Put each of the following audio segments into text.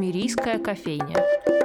Шумерийская кофейня.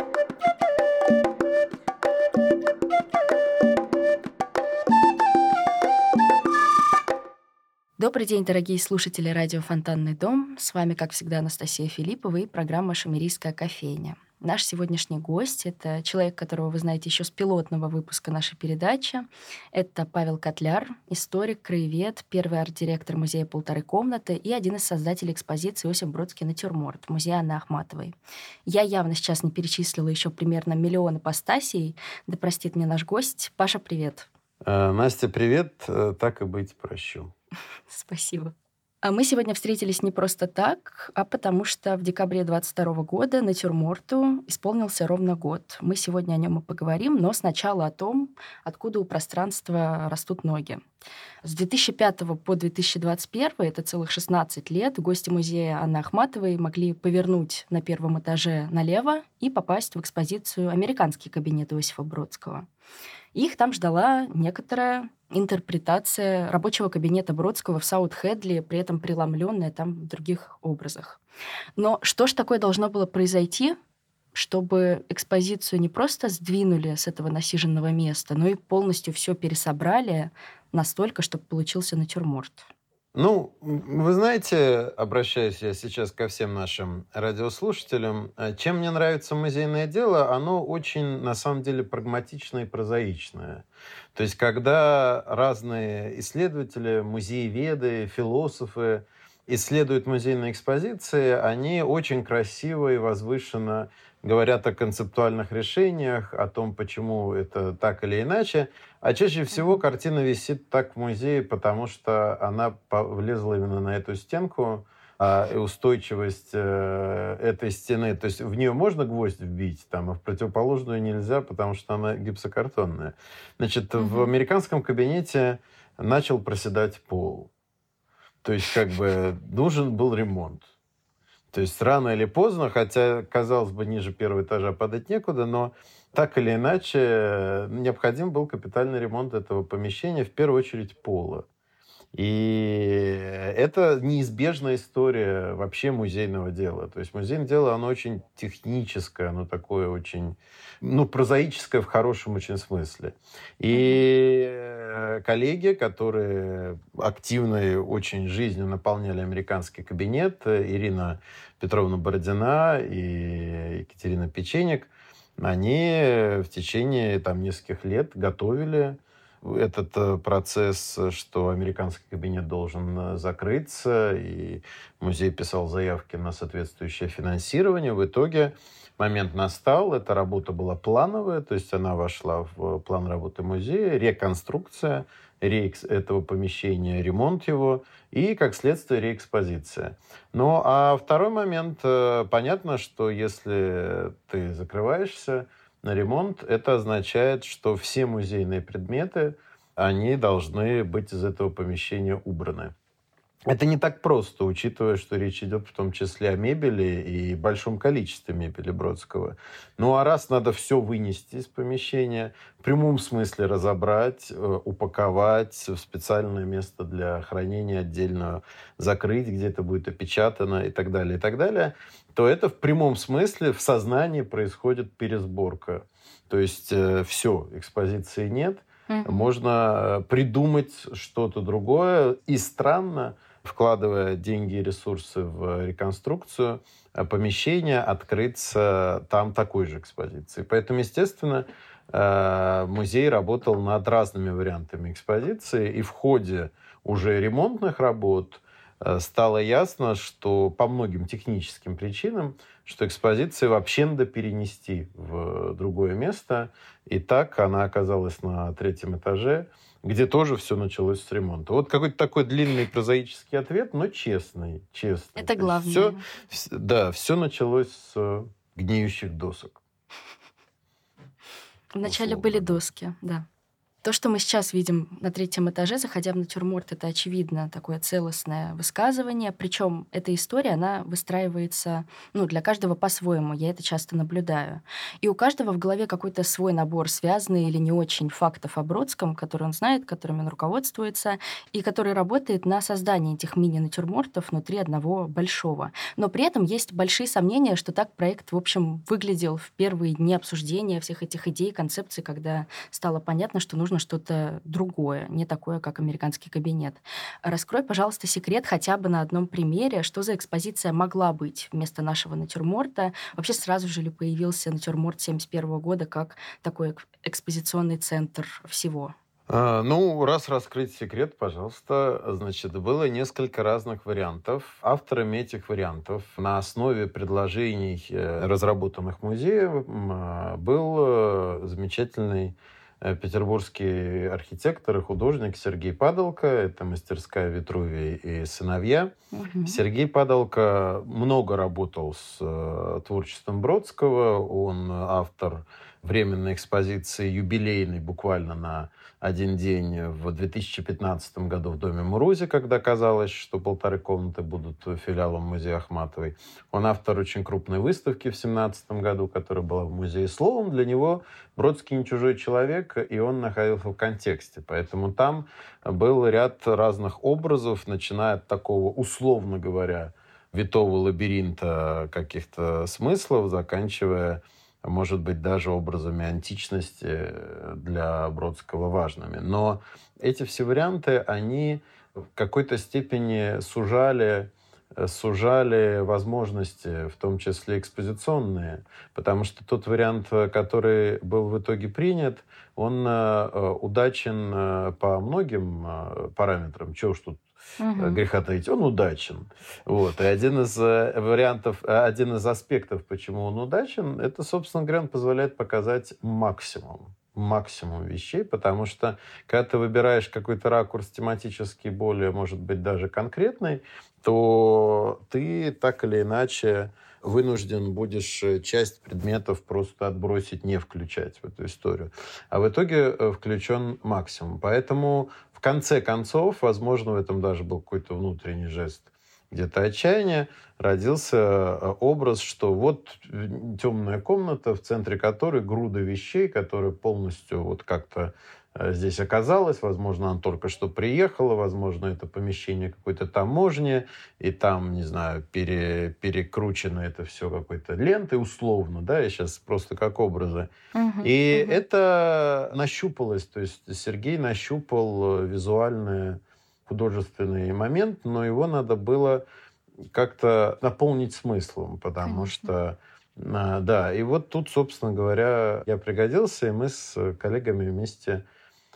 Добрый день, дорогие слушатели радио «Фонтанный дом». С вами, как всегда, Анастасия Филиппова и программа «Шумерийская кофейня». Наш сегодняшний гость — это человек, которого вы знаете еще с пилотного выпуска нашей передачи. Это Павел Котляр, историк, краевед, первый арт-директор музея «Полторы комнаты» и один из создателей экспозиции «Иосиф Бродский натюрморт» музея Анны Ахматовой. Я явно сейчас не перечислила еще примерно 1 000 000 ипостасей. Да простит меня наш гость. Паша, привет. Настя, привет. Так и быть, прощу. Спасибо. А мы сегодня встретились не просто так, а потому что в декабре 2022 года натюрморту исполнился ровно год. Мы сегодня о нем и поговорим, но сначала о том, откуда у пространства растут ноги. С 2005 по 2021, это целых 16 лет, гости музея Анны Ахматовой могли повернуть на первом этаже налево и попасть в экспозицию «Американский кабинет Иосифа Бродского». Их там ждала некоторая интерпретация рабочего кабинета Бродского в Саут-Хедли, при этом преломленная там в других образах. Но что ж такое должно было произойти, чтобы экспозицию не просто сдвинули с этого насиженного места, но и полностью все пересобрали настолько, чтобы получился натюрморт? Вы знаете, обращаюсь я сейчас ко всем нашим радиослушателям, чем мне нравится музейное дело, оно очень, на самом деле, прагматичное и прозаичное. То есть, когда разные исследователи, музееведы, философы исследуют музейные экспозиции, они очень красиво и возвышенно говорят о концептуальных решениях, о том, почему это так или иначе. А чаще всего картина висит так в музее, потому что она влезла именно на эту стенку, и устойчивость этой стены, то есть в нее можно гвоздь вбить, а в противоположную нельзя, потому что она гипсокартонная. Значит, в американском кабинете начал проседать пол. То есть нужен был ремонт. То есть рано или поздно, хотя, казалось бы, ниже первого этажа падать некуда, но так или иначе необходим был капитальный ремонт этого помещения, в первую очередь пола. И это неизбежная история вообще музейного дела. То есть музейное дело, оно очень техническое, оно такое очень, прозаическое в хорошем очень смысле. И коллеги, которые активной очень жизнью наполняли американский кабинет, Ирина Петровна Бородина и Екатерина Печенек, они в течение нескольких лет готовили этот процесс, что американский кабинет должен закрыться, и музей писал заявки на соответствующее финансирование. В итоге момент настал, эта работа была плановая, то есть она вошла в план работы музея, реконструкция этого помещения, ремонт его и, как следствие, реэкспозиция. Ну, а второй момент, понятно, что если ты закрываешься на ремонт, это означает, что все музейные предметы, они должны быть из этого помещения убраны. Это не так просто, учитывая, что речь идет в том числе о мебели и большом количестве мебели Бродского. Ну а раз надо все вынести из помещения, в прямом смысле разобрать, упаковать в специальное место для хранения отдельно, закрыть, где это будет опечатано и так далее, то это в прямом смысле в сознании происходит пересборка. То есть все, экспозиции нет, можно придумать что-то другое. И странно, вкладывая деньги и ресурсы в реконструкцию помещения, открыться там такой же экспозиции. Поэтому, естественно, музей работал над разными вариантами экспозиции, и в ходе уже ремонтных работ стало ясно, что по многим техническим причинам, что экспозиции вообще надо перенести в другое место. И так она оказалась на 3-м этаже, где тоже все началось с ремонта. Вот какой-то такой длинный прозаический ответ, но честный. Это главное. Все началось с гниющих досок. Вначале были доски, да. То, что мы сейчас видим на третьем этаже, заходя в натюрморт, это, очевидно, такое целостное высказывание. Причем эта история, она выстраивается, для каждого по-своему. Я это часто наблюдаю. И у каждого в голове какой-то свой набор, связанный или не очень фактов о Бродском, который он знает, которыми он руководствуется, и который работает на создании этих мини-натюрмортов внутри одного большого. Но при этом есть большие сомнения, что так проект, в общем, выглядел в первые дни обсуждения всех этих идей, концепций, когда стало понятно, что нужно что-то другое, не такое, как американский кабинет. Раскрой, пожалуйста, секрет хотя бы на одном примере, что за экспозиция могла быть вместо нашего натюрморта. Вообще сразу же ли появился натюрморт 1971 года как такой экспозиционный центр всего? Раз раскрыть секрет, пожалуйста. Значит, было несколько разных вариантов. Авторами этих вариантов на основе предложений, разработанных музеем, был замечательный петербургский архитектор и художник Сергей Падалко. Это мастерская Витрувий и сыновья. Мгм. Сергей Падалко много работал с творчеством Бродского. Он автор временной экспозиции, юбилейной буквально на один день в 2015 году в Доме Мурузи, когда казалось, что 1,5 комнаты будут филиалом музея Ахматовой. Он автор очень крупной выставки в 2017 году, которая была в музее. Словом, для него Бродский не чужой человек, и он находился в контексте. Поэтому там был ряд разных образов, начиная от такого, условно говоря, витого лабиринта каких-то смыслов, заканчивая, может быть, даже образами античности для Бродского важными. Но эти все варианты, они в какой-то степени сужали возможности, в том числе экспозиционные, потому что тот вариант, который был в итоге принят, он удачен по многим параметрам. Чего уж тут Мгм. греха таить, он удачен. Вот. И один из вариантов, один из аспектов, почему он удачен, это, собственно говоря, он позволяет показать максимум вещей, потому что когда ты выбираешь какой-то ракурс тематический, более, может быть, даже конкретный, то ты так или иначе вынужден будешь часть предметов просто отбросить, не включать в эту историю. А в итоге включен максимум. Поэтому в конце концов, возможно, в этом даже был какой-то внутренний жест, где-то отчаяния, родился образ, что вот темная комната, в центре которой груда вещей, которая полностью вот как-то здесь оказалась. Возможно, она только что приехала, возможно, это помещение какой-то таможни, и там, не знаю, перекручено это все какой-то лентой условно, да, я сейчас просто как образы. Мгм. И Мгм. это нащупалось, то есть Сергей нащупал визуальный художественный момент, но его надо было как-то наполнить смыслом, потому Конечно. что, да, и вот тут, собственно говоря, я пригодился, и мы с коллегами вместе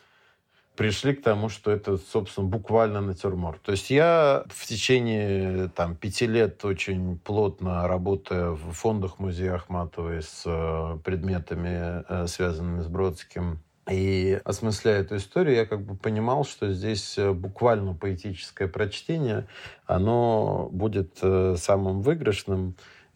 пришли к тому, что это, собственно, буквально натюрморт. То есть я в течение 5 лет очень плотно работая в фондах музея Ахматовой с предметами, связанными с Бродским, и осмысляя эту историю, я как бы понимал, что здесь буквально поэтическое прочтение, оно будет самым выигрышным.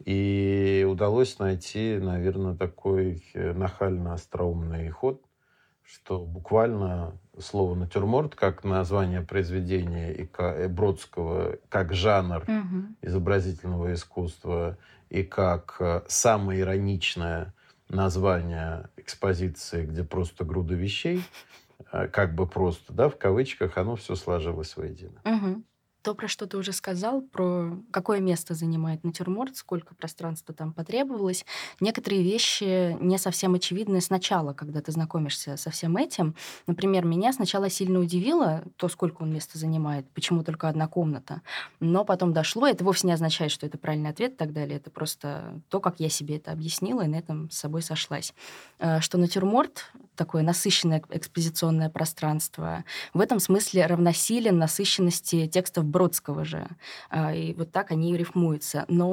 И удалось найти, наверное, такой нахально остроумный ход, что буквально слово «натюрморт» как название произведения и Бродского, как жанр Мгм. изобразительного искусства и как самое ироничное название экспозиции, где просто груда вещей, как бы просто, да, в кавычках, оно все сложилось воедино. Мгм. То, про что ты уже сказал, про какое место занимает натюрморт, сколько пространства там потребовалось. Некоторые вещи не совсем очевидны сначала, когда ты знакомишься со всем этим. Например, меня сначала сильно удивило то, сколько он места занимает, почему только одна комната. Но потом дошло, это вовсе не означает, что это правильный ответ и так далее. Это просто то, как я себе это объяснила, и на этом с собой сошлась. Что натюрморт, такое насыщенное экспозиционное пространство, в этом смысле равносилен насыщенности текстов Бродского же. И вот так они и рифмуются. Но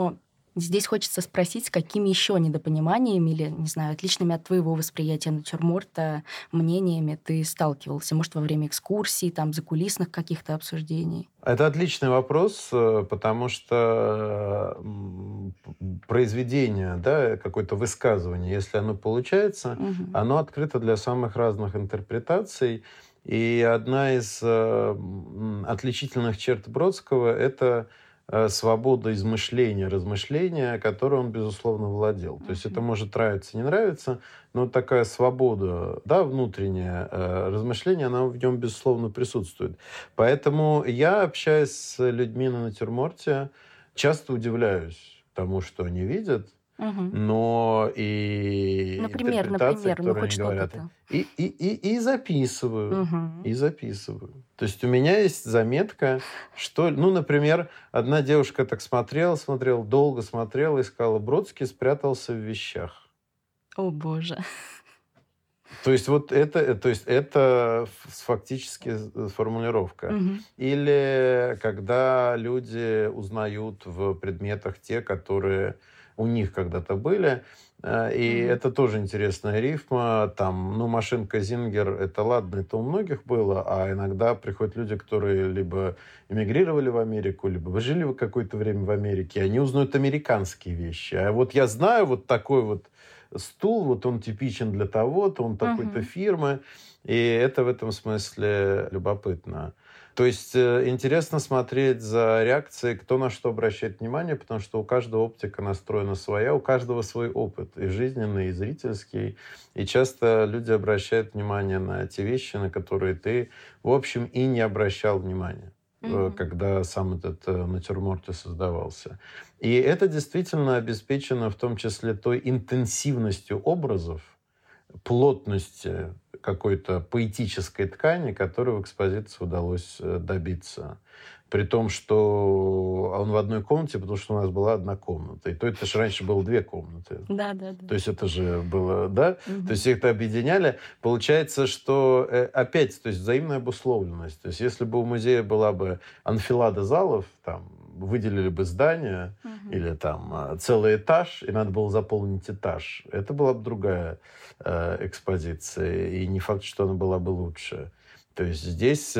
Здесь хочется спросить, с какими еще недопониманиями или, не знаю, отличными от твоего восприятия натюрморта мнениями ты сталкивался? Может, во время экскурсий, там, закулисных каких-то обсуждений? Это отличный вопрос, потому что произведение, да, какое-то высказывание, если оно получается, Мгм. оно открыто для самых разных интерпретаций. И одна из отличительных черт Бродского — это свобода измышления, размышления, которой он, безусловно, владел. То есть это Мгм. может нравиться, не нравиться, но вот такая свобода, да, внутреннее размышление, она в нем, безусловно, присутствует. Поэтому я, общаясь с людьми на натюрморте, часто удивляюсь тому, что они видят, Мгм. но и интерпретации, Ну которые хоть они говорят, что-то-то. и записываю, Мгм. и записываю. То есть у меня есть заметка, что, ну, например, одна девушка так смотрела, долго смотрела, искала Бродский, спрятался в вещах. О боже. То есть вот это, то есть это фактически формулировка. Мгм. Или когда люди узнают в предметах те, которые у них когда-то были. И Мгм. это тоже интересная рифма. Там, ну, машинка Зингер, это ладно, это у многих было, а иногда приходят люди, которые либо эмигрировали в Америку, либо жили в какое-то время в Америке, и они узнают американские вещи. А вот я знаю вот такой вот стул, вот он типичен для того-то, он такой-то Мгм. фирмы, и это в этом смысле любопытно. То есть интересно смотреть за реакцией, кто на что обращает внимание, потому что у каждого оптика настроена своя, у каждого свой опыт, и жизненный, и зрительский. И часто люди обращают внимание на те вещи, на которые ты, в общем, и не обращал внимания, Мгм. когда сам этот натюрморт и создавался. И это действительно обеспечено в том числе той интенсивностью образов, плотности какой-то поэтической ткани, которую в экспозиции удалось добиться. При том, что он в одной комнате, потому что у нас была одна комната. И то это же раньше было две комнаты. Да-да-да. То есть это же было, да? То Мгм. есть их это объединяли. Получается, что опять, то есть взаимная обусловленность. То есть если бы у музея была бы анфилада залов, там, выделили бы здание Мгм. или там целый этаж, и надо было заполнить этаж, это была бы другая экспозиция. И не факт, что она была бы лучше. То есть здесь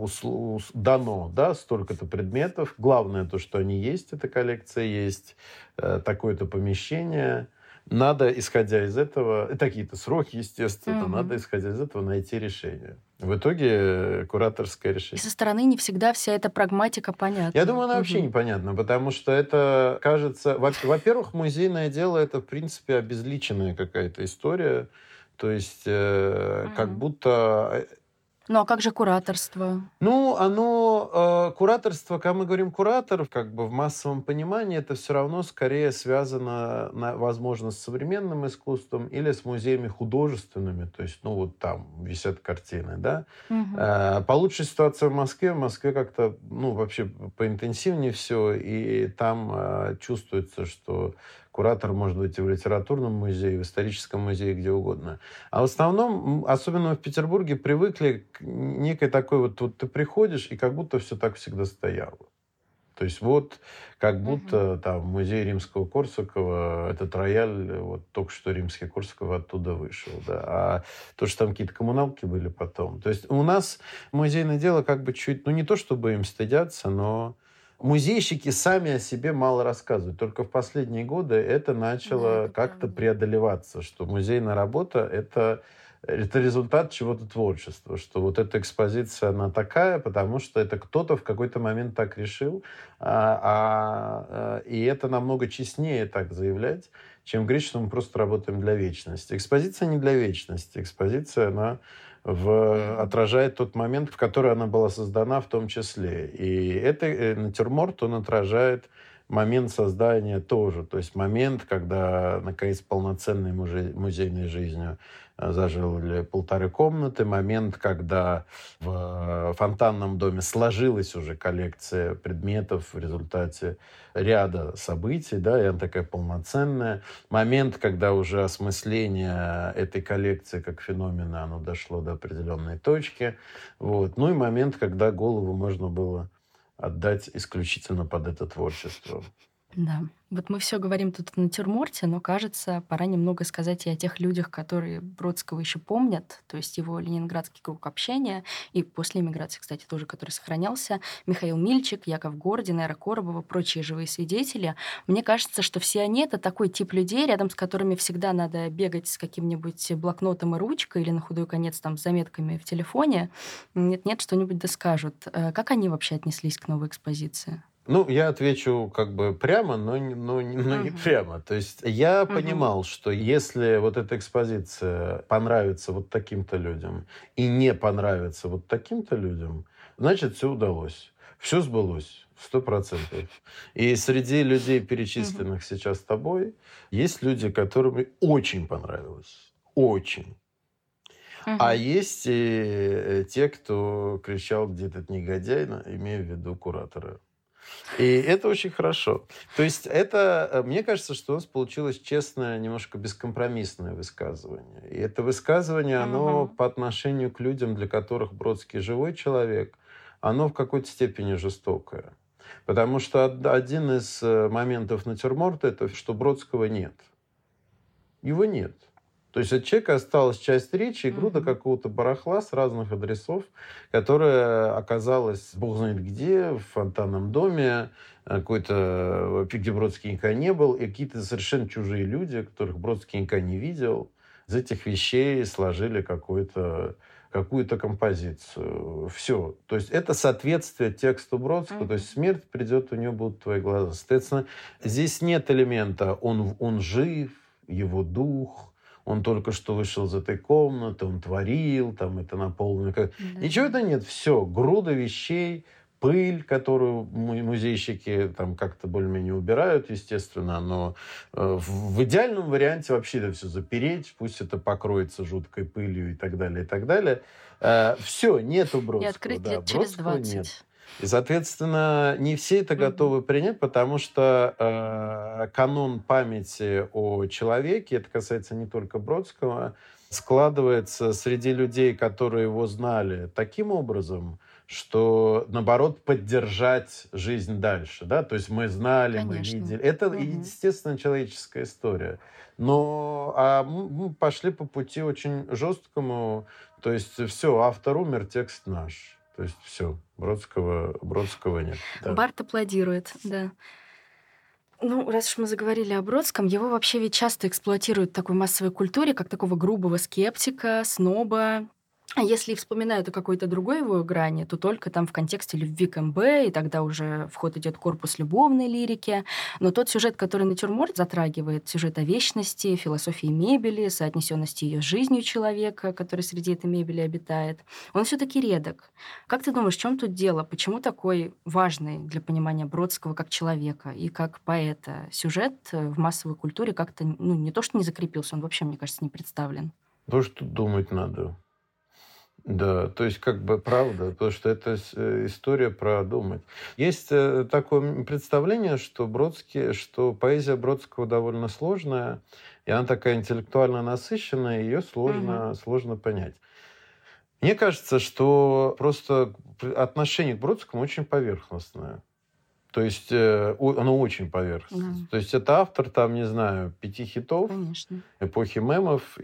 дано, да, столько-то предметов. Главное то, что они есть, эта коллекция есть, такое-то помещение. Надо, исходя из этого, такие-то сроки, естественно, надо, Мгм. исходя из этого, найти решение. В итоге кураторское И со решение. стороны не всегда вся эта прагматика Я думаю, понятна. она вообще Мгм. непонятна, потому что это, кажется, во-первых, музейное дело — это, в принципе, обезличенная какая-то история. То есть как Мгм. будто Ну, а как же кураторство? ну, кураторство, когда мы говорим куратор, как бы в массовом понимании, это все равно скорее связано, возможно, с современным искусством или с музеями художественными, то есть, ну, вот там висят картины, да. Мгм. Получше ситуация в Москве. В Москве как-то, ну, вообще поинтенсивнее все, и там чувствуется, что куратор может быть и в литературном музее, и в историческом музее, где угодно. А в основном, особенно в Петербурге, привыкли к некой такой вот ты приходишь, и как будто все так всегда стояло. То есть вот как Мгм. будто там в музее Римского-Корсакова этот рояль, вот только что Римский-Корсаков оттуда вышел, да. А то, что там какие-то коммуналки были потом. То есть у нас музейное дело как бы чуть, ну не то чтобы им стыдятся, но музейщики сами о себе мало рассказывают. Только в последние годы это Да, начало это как-то правда. преодолеваться, что музейная работа — это результат чего-то творчества, что вот эта экспозиция, она такая, потому что это кто-то в какой-то момент так решил, и это намного честнее так заявлять, чем говорить, что мы просто работаем для вечности. Экспозиция не для вечности. Экспозиция, она Мгм. отражает тот момент, в который она была создана в том числе. И это натюрморт, он отражает момент создания тоже. То есть момент, когда, наконец, полноценной музейной жизнью зажили полторы комнаты. Момент, когда в фонтанном доме сложилась уже коллекция предметов в результате ряда событий, да, и она такая полноценная. Момент, когда уже осмысление этой коллекции как феномена, оно дошло до определенной точки. Вот. Ну и момент, когда голову можно было отдать исключительно под это творчество. Да. Вот мы все говорим тут о натюрморте, но, кажется, пора немного сказать и о тех людях, которые Бродского еще помнят, то есть его ленинградский круг общения, и после эмиграции, кстати, тоже, который сохранялся. Михаил Мильчик, Яков Гордин, Эра Коробова, прочие живые свидетели. Мне кажется, что все они — это такой тип людей, рядом с которыми всегда надо бегать с каким-нибудь блокнотом и ручкой или, на худой конец, там, с заметками в телефоне. Нет-нет, что-нибудь да скажут. Как они вообще отнеслись к новой экспозиции? Ну, я отвечу как бы прямо, но не Мгм. прямо. То есть я Мгм. понимал, что если вот эта экспозиция понравится вот таким-то людям и не понравится вот таким-то людям, значит, все удалось. Все сбылось. 100%. И среди людей, Мгм. перечисленных сейчас тобой, есть люди, которым очень понравилось. Очень. А Мгм. есть и те, кто кричал, где этот негодяй, имея в виду куратора. И это очень хорошо. То есть это, мне кажется, что у нас получилось честное, немножко бескомпромиссное высказывание. И это высказывание, оно Мгм. по отношению к людям, для которых Бродский живой человек, оно в какой-то степени жестокое. Потому что один из моментов натюрморта — это что Бродского нет. Его нет. То есть от человека осталась часть речи и груда Мгм. какого-то барахла с разных адресов, которая оказалась бог знает где, в фонтанном доме, какой-то, где Бродский никогда не был, и какие-то совершенно чужие люди, которых Бродский никогда не видел, из этих вещей сложили какую-то композицию. Все. То есть это соответствие тексту Бродского. То есть Мгм. смерть придет, у нее будут твои глаза. Соответственно, здесь нет элемента «он жив», его дух, он только что вышел из этой комнаты, он творил, там это наполнено. Да. Ничего это нет, все, груда вещей, пыль, которую музейщики там как-то более-менее убирают, естественно, но в идеальном варианте вообще это все запереть, пусть это покроется жуткой пылью и так далее, и так далее. Все, нету И Бродского, открыть да, лет через Бродского нет. 20. И, соответственно, не все это Мгм. готовы принять, потому что канон памяти о человеке, это касается не только Бродского, складывается среди людей, которые его знали, таким образом, что, наоборот, поддержать жизнь дальше. Да? То есть мы знали, мы Конечно. видели. Это, Мгм. естественно, человеческая история. Но мы пошли по пути очень жесткому. То есть все, автор умер, текст наш. То есть все, Бродского нет. Да. Барт аплодирует, да. Ну, раз уж мы заговорили о Бродском, его вообще ведь часто эксплуатируют в такой массовой культуре, как такого грубого скептика, сноба. А если вспоминают о какой-то другой его грани, то только там в контексте любви к МБ, и тогда уже в ход идет корпус любовной лирики. Но тот сюжет, который натюрморт затрагивает, сюжет о вечности, философии мебели, соотнесенности ее с жизнью человека, который среди этой мебели обитает, он все-таки редок. Как ты думаешь, в чем тут дело? Почему такой важный для понимания Бродского как человека и как поэта сюжет в массовой культуре как-то, ну, не то что не закрепился, он вообще, мне кажется, не представлен? Потому что тут думать надо. Да, то есть как бы правда, потому что это история про думать. Есть такое представление, что что поэзия Бродского довольно сложная, и она такая интеллектуально насыщенная, ее Мгм. сложно понять. Мне кажется, что просто отношение к Бродскому очень поверхностное. То есть оно очень Да, поверхностное. То есть это автор, там, не знаю, 5 хитов конечно. эпохи мемов,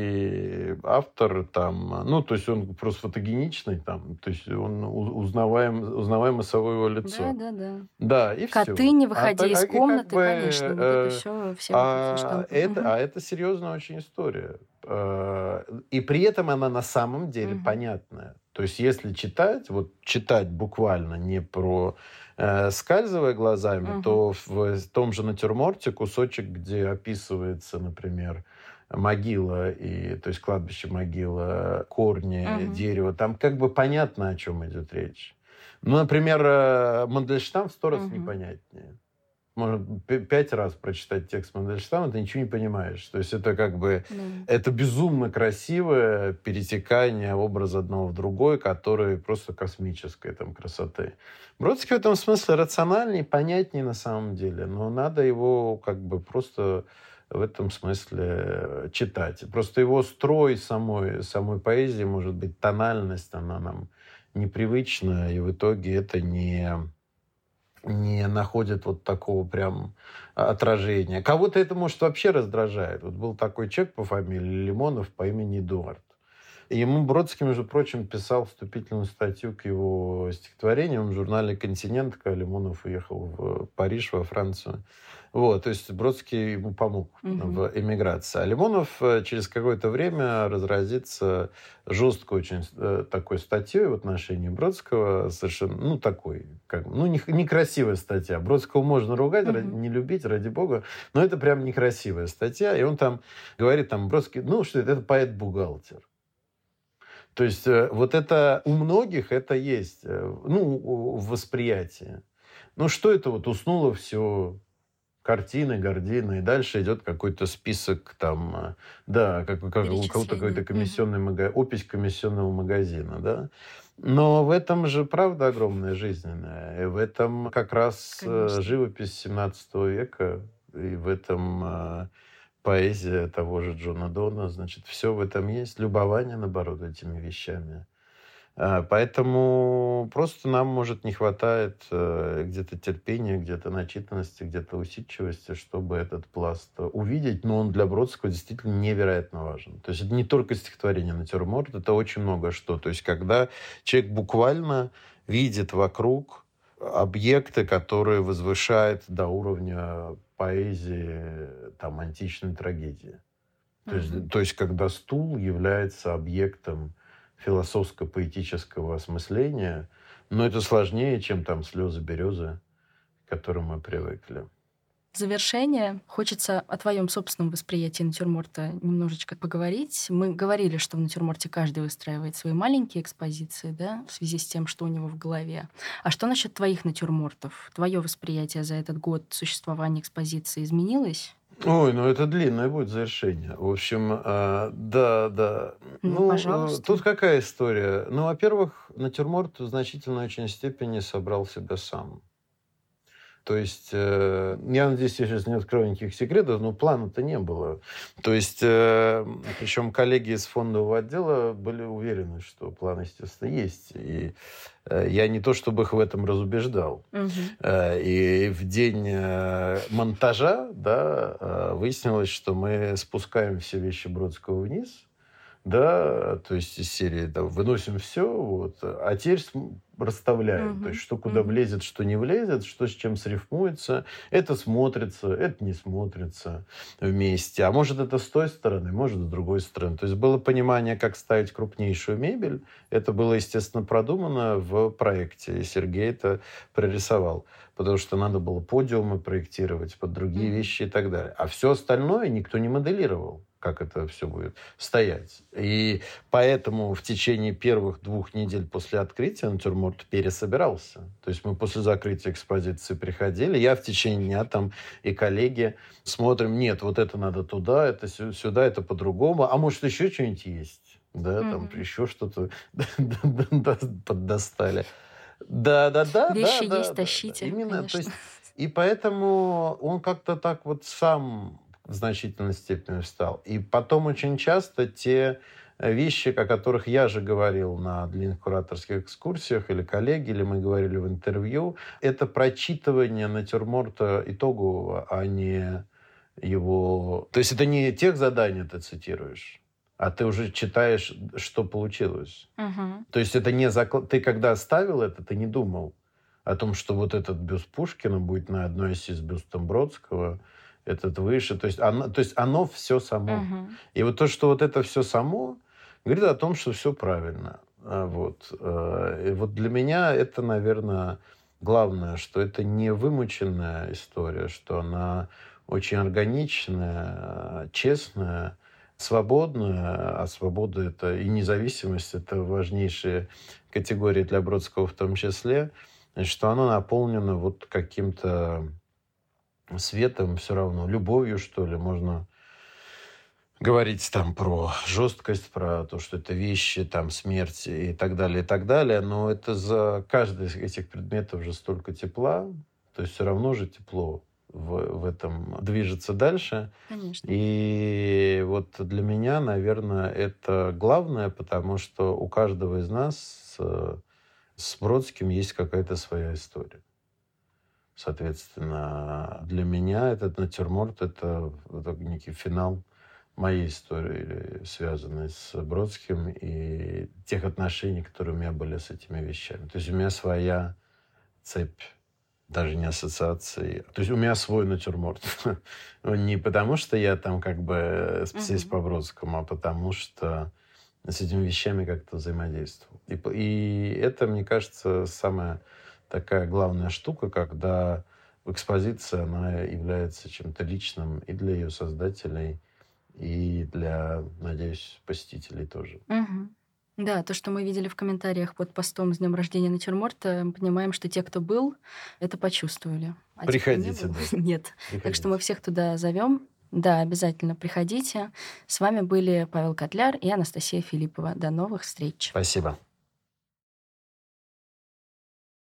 и автор там, ну, то есть он просто фотогеничный там, то есть он узнаваемо собой его лицо. Да-да-да. Да, и Коты, все. не выходя из И как комнаты, бы конечно, вот это все вот эти штампы. Мгм. это серьезная очень история. И при этом она на самом деле Мгм. понятная. То есть если читать, вот читать буквально не про скальзывая глазами, Мгм. то в том же натюрморте кусочек, где описывается, например, могила, то есть кладбище могила, корни, Мгм. дерево, там как бы понятно, о чем идет речь. Ну, например, Мандельштам в 100 раз Мгм. непонятнее. Можно 5 раз прочитать текст Мандельштама, ты ничего не понимаешь. То есть это как бы Да. это безумно красивое перетекание образа одного в другой, которое просто космической там красоты. Бродский в этом смысле рациональнее, понятнее на самом деле, но надо его как бы просто в этом смысле читать. Просто его строй самой поэзии, может быть, тональность, она нам непривычна, и в итоге это не находит вот такого прям отражения. Кого-то это, может, вообще раздражает. Вот был такой человек по фамилии Лимонов по имени Эдуард. И ему Бродский, между прочим, писал вступительную статью к его стихотворениям в журнале «Континент», когда Лимонов уехал в Париж, во Францию. Вот, то есть Бродский ему помог в эмиграции. А Лимонов через какое-то время разразится жесткой очень такой статьей в отношении Бродского, совершенно, ну, такой, как, ну, некрасивая статья. Бродского можно ругать, не любить, ради бога, но это прям некрасивая статья. И он там говорит, там, Бродский, ну, что это поэт-бухгалтер. То есть вот это у многих это есть, ну, в восприятии. Ну, что это вот уснуло все, картины, гардины, и дальше идет какой-то список там, да, как у кого-то какой-то комиссионный опись комиссионного магазина, да. Но в этом же правда огромная жизненная. И в этом как раз живопись 17 века, и в этом поэзия того же Джона Дона, значит, все в этом есть. Любование, наоборот, этими вещами. Поэтому просто нам, может, не хватает где-то терпения, где-то начитанности, где-то усидчивости, чтобы этот пласт увидеть. Но он для Бродского действительно невероятно важен. То есть это не только стихотворение «Натюрморт», это очень много что. То есть когда человек буквально видит вокруг объекты, которые возвышает до уровня поэзии там, античной трагедии. То есть когда стул является объектом философско-поэтического осмысления, но это сложнее, чем там слезы березы, к которым мы привыкли. В завершение хочется о твоем собственном восприятии натюрморта немножечко поговорить. Мы говорили, что в натюрморте каждый выстраивает свои маленькие экспозиции, да, в связи с тем, что у него в голове. А что насчет твоих натюрмортов? Твое восприятие за этот год существования экспозиции изменилось? Ой, ну это длинное будет завершение. В общем, да. Пожалуйста. Тут какая история? Ну, во-первых, натюрморт в значительной очень степени собрал себя сам. То есть, я надеюсь, я сейчас не открою никаких секретов, но плана-то не было. То есть, причем коллеги из фондового отдела были уверены, что план, естественно, есть. И я не то чтобы их в этом разубеждал. И в день монтажа, да, выяснилось, что мы спускаем все вещи Бродского вниз, да, то есть из серии да, выносим все, вот, а теперь расставляем, то есть что куда влезет, что не влезет, что с чем срифмуется, это смотрится, это не смотрится вместе, а может это с той стороны, может с другой стороны. То есть было понимание, как ставить крупнейшую мебель, это было, естественно, продумано в проекте, и Сергей это прорисовал, потому что надо было подиумы проектировать под другие вещи и так далее. А все остальное никто не моделировал, как это все будет стоять. И поэтому в течение первых 2 недель после открытия натюрморт пересобирался. То есть мы после закрытия экспозиции приходили, я в течение дня там и коллеги смотрим, нет, вот это надо туда, это сюда, это по-другому, а может еще что-нибудь есть, да, там еще что-то поддостали. Да. Вещи есть, тащите, именно, то есть, конечно. и поэтому он как-то так вот сам в значительной степени встал. И потом очень часто те вещи, о которых я же говорил на длинных кураторских экскурсиях, или коллеги, или мы говорили в интервью, это прочитывание натюрморта итогового, а не его... То есть это не тех заданий ты цитируешь, а ты уже читаешь, что получилось. То есть это не ты когда ставил это, ты не думал о том, что вот этот бюст Пушкина будет на одной оси с бюстом Бродского, этот выше. То есть оно все само. И вот то, что вот это все само, говорит о том, что все правильно. Вот. И вот для меня это, наверное, главное, что это не вымученная история, что она очень органичная, честная, свободная. А свобода это и независимость, это важнейшие категории для Бродского в том числе. Что оно наполнено вот каким-то светом все равно, любовью, что ли, можно говорить там про жесткость, про то, что это вещи, там, смерть и так далее, но это за каждый из этих предметов же столько тепла, то есть все равно же тепло в этом движется дальше. Конечно. И вот для меня, наверное, это главное, потому что у каждого из нас с Бродским есть какая-то своя история. Соответственно, для меня этот натюрморт — это некий финал моей истории, связанной с Бродским, и тех отношений, которые у меня были с этими вещами. То есть у меня своя цепь, даже не ассоциаций. То есть у меня свой натюрморт. Не потому, что я там как бы специалист по Бродскому, а потому что с этими вещами как-то взаимодействовал. И это, мне кажется, самая такая главная штука, когда экспозиция, она является чем-то личным и для ее создателей, и для, надеюсь, посетителей тоже. Мгм. Да, то, что мы видели в комментариях под постом с днем рождения натюрморта, мы понимаем, что те, кто был, это почувствовали. А те, кто не Приходите, был, да. нет. Так что мы Приходите. всех туда зовем. Да, обязательно приходите. С вами были Павел Котляр и Анастасия Филиппова. До новых встреч. Спасибо.